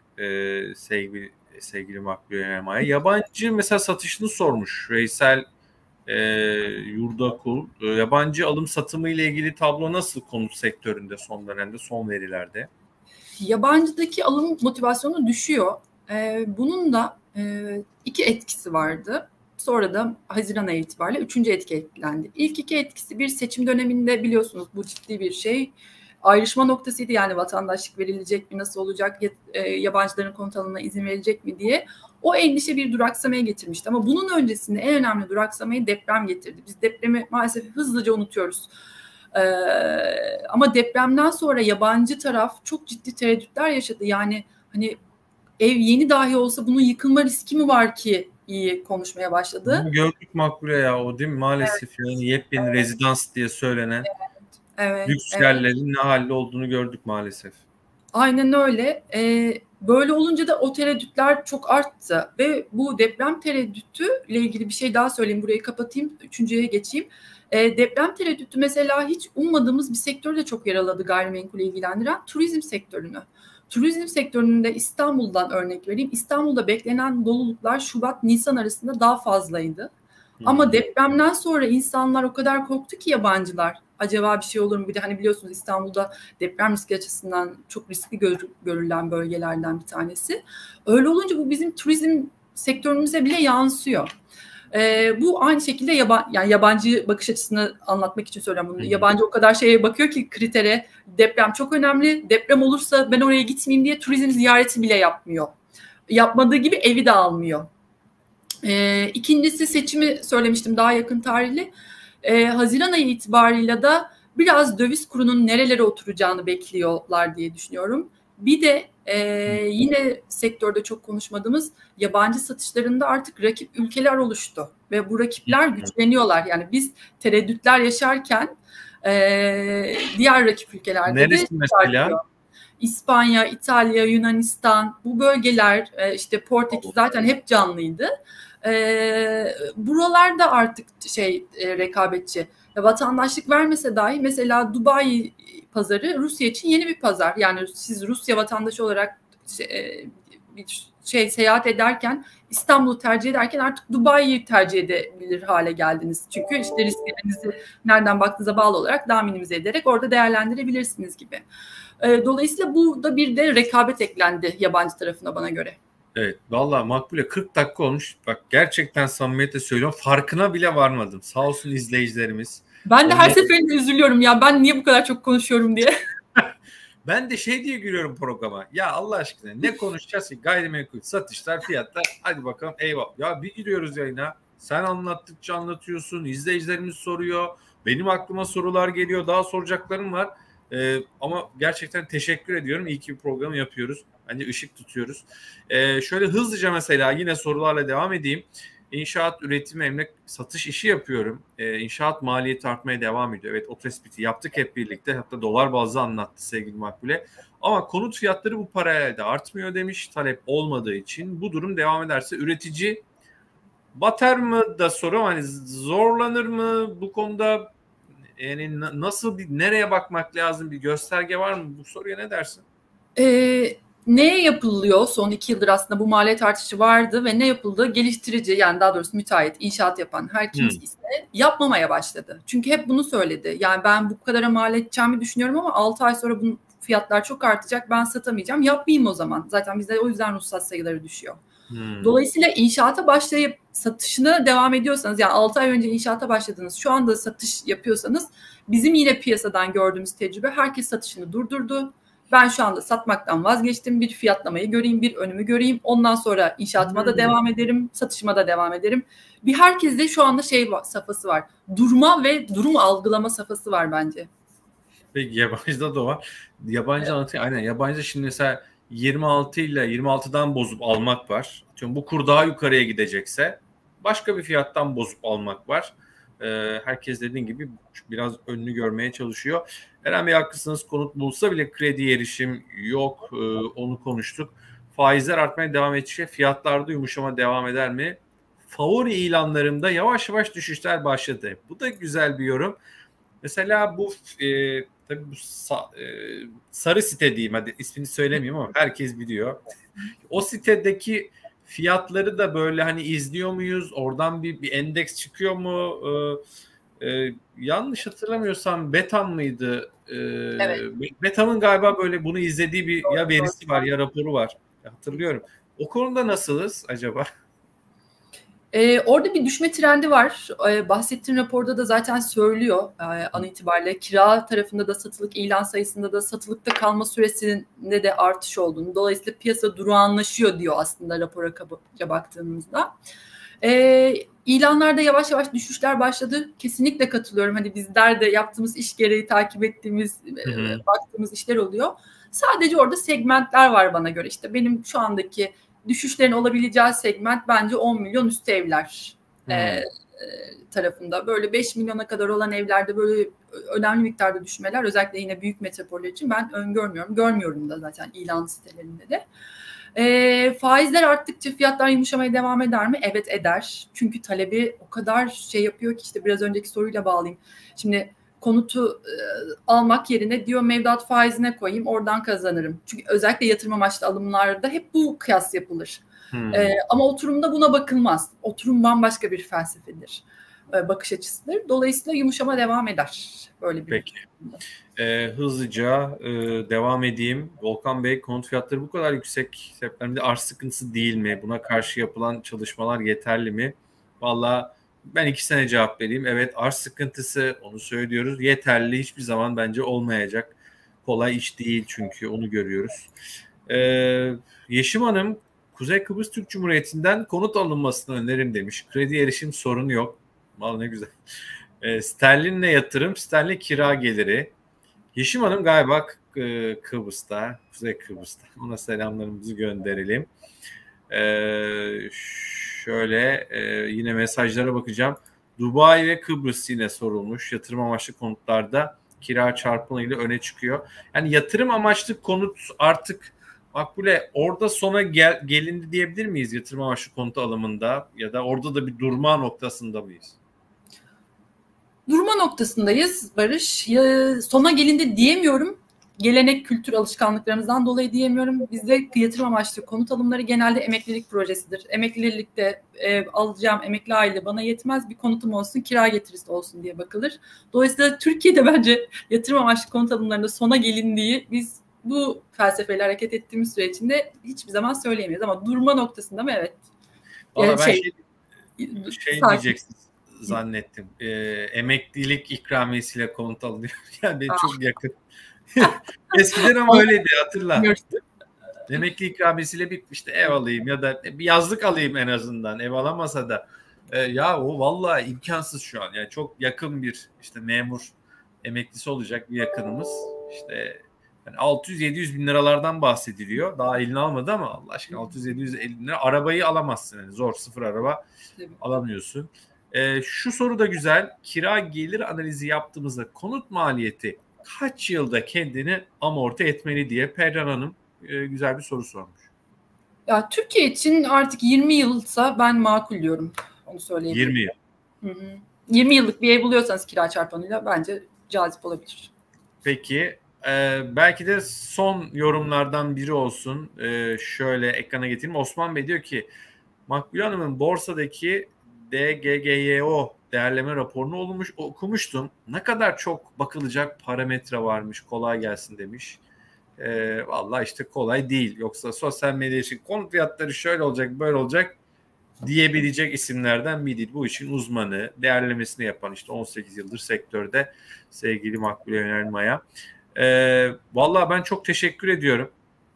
sevgili Makbule Erma'ya. Yabancı mesela satışını sormuş Veysel Yurdakul. Yabancı alım satımı ile ilgili tablo nasıl konut sektöründe son dönemde, son verilerde? Yabancıdaki alım motivasyonu düşüyor. Bunun da 2 etkisi vardı. Sonra da Haziran ayı itibariyle 3. etki etkilendi. İlk 2 etkisi bir seçim döneminde, biliyorsunuz bu ciddi bir ayrışma noktasıydı. Yani vatandaşlık verilecek mi, nasıl olacak, yabancıların konut alımına izin verilecek mi diye. O endişe bir duraksamaya getirmişti. Ama bunun öncesinde en önemli duraksamayı deprem getirdi. Biz depremi maalesef hızlıca unutuyoruz. Ama depremden sonra yabancı taraf çok ciddi tereddütler yaşadı. Yani hani ev yeni dahi olsa bunun yıkılma riski mi var ki iyi konuşmaya başladı. Bunu gördük Makbule ya, o değil mi? Maalesef evet. Yani yepyeni rezidans diye söylenen lüks yerlerin ne halde olduğunu gördük maalesef. Aynen öyle. Böyle olunca da o tereddütler çok arttı ve bu deprem tereddütü ile ilgili bir şey daha söyleyeyim. Burayı kapatayım, 3.'ye geçeyim. Deprem tereddütü mesela hiç ummadığımız bir sektörü de çok yaraladı, gayrimenkule ilgilendiren turizm sektörünü. Turizm sektöründe İstanbul'dan örnek vereyim. İstanbul'da beklenen doluluklar Şubat-Nisan arasında daha fazlaydı. Ama depremden sonra insanlar o kadar korktu ki, yabancılar. Acaba bir şey olur mu? Bir de hani biliyorsunuz İstanbul'da deprem riski açısından çok riskli görülen bölgelerden bir tanesi. Öyle olunca bu bizim turizm sektörümüze bile yansıyor. Bu aynı şekilde yani yabancı bakış açısını anlatmak için söylüyorum bunu. Yabancı o kadar şeye bakıyor ki, kritere, deprem çok önemli. Deprem olursa ben oraya gitmeyeyim diye turizm ziyareti bile yapmıyor. Yapmadığı gibi evi de almıyor. İkincisi, seçimi söylemiştim, daha yakın tarihli. Haziran ayı itibariyle de biraz döviz kurunun nerelere oturacağını bekliyorlar diye düşünüyorum. Bir de yine sektörde çok konuşmadığımız yabancı satışlarında artık rakip ülkeler oluştu. Ve bu rakipler güçleniyorlar. Yani biz tereddütler yaşarken diğer rakip ülkelerde neresi mesela? İspanya, İtalya, Yunanistan, bu bölgeler, işte Portekiz zaten hep canlıydı. Buralarda artık rekabetçi. Vatandaşlık vermese dahi mesela Dubai pazarı Rusya için yeni bir pazar. Yani siz Rusya vatandaşı olarak bir seyahat ederken, İstanbul'u tercih ederken artık Dubai'yi tercih edebilir hale geldiniz. Çünkü işte risklerinizi nereden baktığınıza bağlı olarak daha minimize ederek orada değerlendirebilirsiniz gibi. Dolayısıyla bu da bir de rekabet eklendi yabancı tarafına bana göre. Evet, vallahi Makbule 40 dakika olmuş. Bak gerçekten samimiyetle söylüyorum. Farkına bile varmadım. Sağ olsun izleyicilerimiz. Ben de her seferinde üzülüyorum ya. Ben niye bu kadar çok konuşuyorum diye. Ben de diye giriyorum programa. Ya Allah aşkına ne konuşacağız ki? Gayrimenkul, satışlar, fiyatlar. Hadi bakalım eyvallah. Ya bir giriyoruz yayına. Sen anlattıkça anlatıyorsun. İzleyicilerimiz soruyor. Benim aklıma sorular geliyor. Daha soracaklarım var. Ama gerçekten teşekkür ediyorum. İyi ki bir programı yapıyoruz. Bence ışık tutuyoruz. Şöyle hızlıca mesela yine sorularla devam edeyim. İnşaat, üretim, emlak, satış işi yapıyorum. İnşaat maliyeti artmaya devam ediyor. Evet, o tespiti yaptık hep birlikte. Hatta dolar bazlı anlattı sevgili Makbule. Ama konut fiyatları bu paralelde artmıyor demiş. Talep olmadığı için. Bu durum devam ederse üretici batar mı da soru. Hani zorlanır mı bu konuda? Yani nasıl nereye bakmak lazım? Bir gösterge var mı? Bu soruya ne dersin? Ne yapılıyor? Son 2 yıldır aslında bu maliyet artışı vardı ve ne yapıldı? Geliştirici, yani daha doğrusu müteahhit, inşaat yapan her kimse yapmamaya başladı. Çünkü hep bunu söyledi. Yani ben bu kadara mal edeceğimi düşünüyorum ama 6 ay sonra bu fiyatlar çok artacak. Ben satamayacağım. Yapmayayım o zaman. Zaten bizde o yüzden ruhsat sayıları düşüyor. Dolayısıyla inşaata başlayıp satışına devam ediyorsanız, yani 6 ay önce inşaata başladınız, şu anda satış yapıyorsanız, bizim yine piyasadan gördüğümüz tecrübe, herkes satışını durdurdu. Ben şu anda satmaktan vazgeçtim. Bir fiyatlamayı göreyim, bir önümü göreyim. Ondan sonra inşaatıma da devam ederim, satışıma da devam ederim. Bir herkeste şu anda safhası var. Durma ve durum algılama safhası var bence. Peki yabancıda da var. Yabancı anlatıyor. Aynen, yabancıda şimdi mesela 26 ile 26'dan bozup almak var. Çünkü bu kur daha yukarıya gidecekse başka bir fiyattan bozup almak var. Herkes dediğin gibi biraz önünü görmeye çalışıyor. Eren Bey haklısınız, konut bulsa bile kredi erişim yok. Onu konuştuk. Faizler artmaya devam edecek. Fiyatlarda yumuşama devam eder mi? Favori ilanlarımda yavaş yavaş düşüşler başladı. Bu da güzel bir yorum. Mesela bu tabii bu sarı site diyeyim, hadi ismini söylemeyeyim ama herkes biliyor. O sitedeki fiyatları da böyle hani izliyor muyuz? Oradan bir endeks çıkıyor mu? Yanlış hatırlamıyorsam Betam mıydı? Evet. Betam'ın galiba böyle bunu izlediği bir ya verisi var ya raporu var. Hatırlıyorum. O konuda nasılız acaba? Orada bir düşme trendi var. Bahsettiğim raporda da zaten söylüyor an itibariyle. Kira tarafında da, satılık ilan sayısında da, satılıkta kalma süresinde de artış olduğunu. Dolayısıyla piyasa durağanlaşıyor diyor aslında rapora kabaca baktığımızda. İlanlarda yavaş yavaş düşüşler başladı. Kesinlikle katılıyorum. Hani bizler de yaptığımız iş gereği takip ettiğimiz, baktığımız işler oluyor. Sadece orada segmentler var bana göre. İşte benim şu andaki düşüşlerin olabileceği segment bence 10 milyon üstü evler tarafında. Böyle 5 milyona kadar olan evlerde böyle önemli miktarda düşmeler, özellikle yine büyük metropoller için ben öngörmüyorum. Görmüyorum da zaten ilan sitelerinde de. Faizler arttıkça fiyatlar yumuşamaya devam eder mi? Evet, eder. Çünkü talebi o kadar yapıyor ki, işte biraz önceki soruyla bağlayayım. Şimdi konutu almak yerine diyor mevduat faizine koyayım, oradan kazanırım. Çünkü özellikle yatırım amaçlı alımlarda hep bu kıyas yapılır. Ama oturumda buna bakılmaz. Oturum bambaşka bir felsefedir. Bakış açısıdır. Dolayısıyla yumuşama devam eder. Böyle bir. Peki. Hızlıca devam edeyim. Volkan Bey, konut fiyatları bu kadar yüksek sebeplerinde arz sıkıntısı değil mi? Buna karşı yapılan çalışmalar yeterli mi? Vallahi ben 2 sene cevap vereyim. Evet, arz sıkıntısı, onu söylüyoruz. Yeterli hiçbir zaman bence olmayacak. Kolay iş değil çünkü onu görüyoruz. Yeşim Hanım, Kuzey Kıbrıs Türk Cumhuriyeti'nden konut alınmasını öneririm demiş. Kredi erişim sorunu yok. Vallahi ne güzel. Sterlinle yatırım, sterlin kira geliri. Yeşim Hanım galiba Kıbrıs'ta, Kuzey Kıbrıs'ta. Ona selamlarımızı gönderelim. Şöyle yine mesajlara bakacağım. Dubai ve Kıbrıs yine sorulmuş. Yatırım amaçlı konutlarda kira çarpımıyla öne çıkıyor. Yani yatırım amaçlı konut artık Makbule orada sona gelindi diyebilir miyiz yatırım amaçlı konut alımında, ya da orada da bir durma noktasında mıyız? Durma noktasındayız Barış. Sona gelindi diyemiyorum. gelenek, kültür, alışkanlıklarımızdan dolayı diyemiyorum. Bizde yatırım amaçlı konut alımları genelde emeklilik projesidir. Emeklilikte alacağım emekli aile bana yetmez, bir konutum olsun, kira getirisi olsun diye bakılır. Dolayısıyla Türkiye'de bence yatırım amaçlı konut alımlarında sona gelindiği, biz bu felsefeyle hareket ettiğimiz süre içinde hiçbir zaman söyleyemeyiz. Ama durma noktasında mı? Evet. Valla ben şey diyeceksin zannettim. Emeklilik ikramiyesiyle konut alınıyor. Yani benim çok yakın. Eskiden ama öyleydi, hatırla. Emekli ikramiyesiyle bir işte ev alayım ya da bir yazlık alayım en azından. Ev alamasa da ya o vallahi imkansız şu an. Yani çok yakın bir işte memur emeklisi olacak bir yakınımız. İşte yani 600-700 bin liralardan bahsediliyor. Daha elini almadı ama Allah aşkına 600-700 bin lira arabayı alamazsın. Yani zor, sıfır araba alamıyorsun. Şu soru da güzel. Kira gelir analizi yaptığımızda konut maliyeti kaç yılda kendini amorti etmeli diye Perran Hanım güzel bir soru sormuş. Ya Türkiye için artık 20 yılsa ben makul diyorum. Onu söyleyebilirim. 20 yıl. Hı. 20 yıllık bir ev buluyorsanız kira çarpanıyla bence cazip olabilir. Peki belki de son yorumlardan biri olsun. Şöyle ekrana getireyim. Osman Bey diyor ki Makbule Hanım'ın borsadaki DGGYO değerleme raporunu okumuştum. Ne kadar çok bakılacak parametre varmış. Kolay gelsin demiş. Vallahi işte kolay değil. Yoksa sosyal medya için konut fiyatları şöyle olacak, böyle olacak diyebilecek isimlerden biri değil. Bu işin uzmanı, değerlemesini yapan işte 18 yıldır sektörde sevgili Makbule Yönelmaya. Vallahi ben çok teşekkür ediyorum.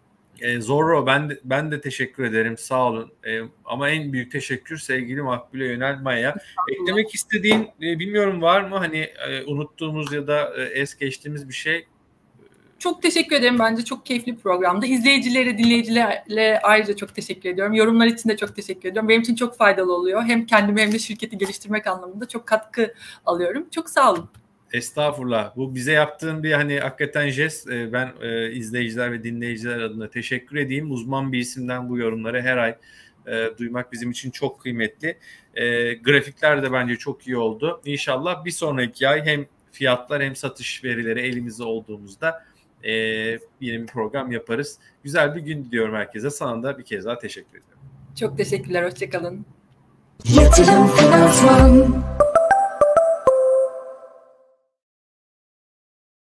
Zorro ben de teşekkür ederim, sağ olun. Ama en büyük teşekkür sevgili Makbule Yönelmaya. Eklemek istediğin bilmiyorum var mı hani unuttuğumuz ya da es geçtiğimiz bir şey? Çok teşekkür ederim. Bence çok keyifli bir programdı. İzleyicilere, dinleyicilere ayrıca çok teşekkür ediyorum. Yorumlar için de çok teşekkür ediyorum. Benim için çok faydalı oluyor. Hem kendimi hem de şirketi geliştirmek anlamında çok katkı alıyorum. Çok sağ olun. Estağfurullah. Bu bize yaptığın bir hani hakikaten jest. Ben izleyiciler ve dinleyiciler adına teşekkür edeyim. Uzman bir isimden bu yorumları her ay duymak bizim için çok kıymetli. Grafikler de bence çok iyi oldu. İnşallah bir sonraki ay hem fiyatlar hem satış verileri elimizde olduğumuzda yeni bir program yaparız. Güzel bir gün diliyorum herkese. Sana da bir kez daha teşekkür ediyorum. Çok teşekkürler. Hoşçakalın. Yatırım Finansman.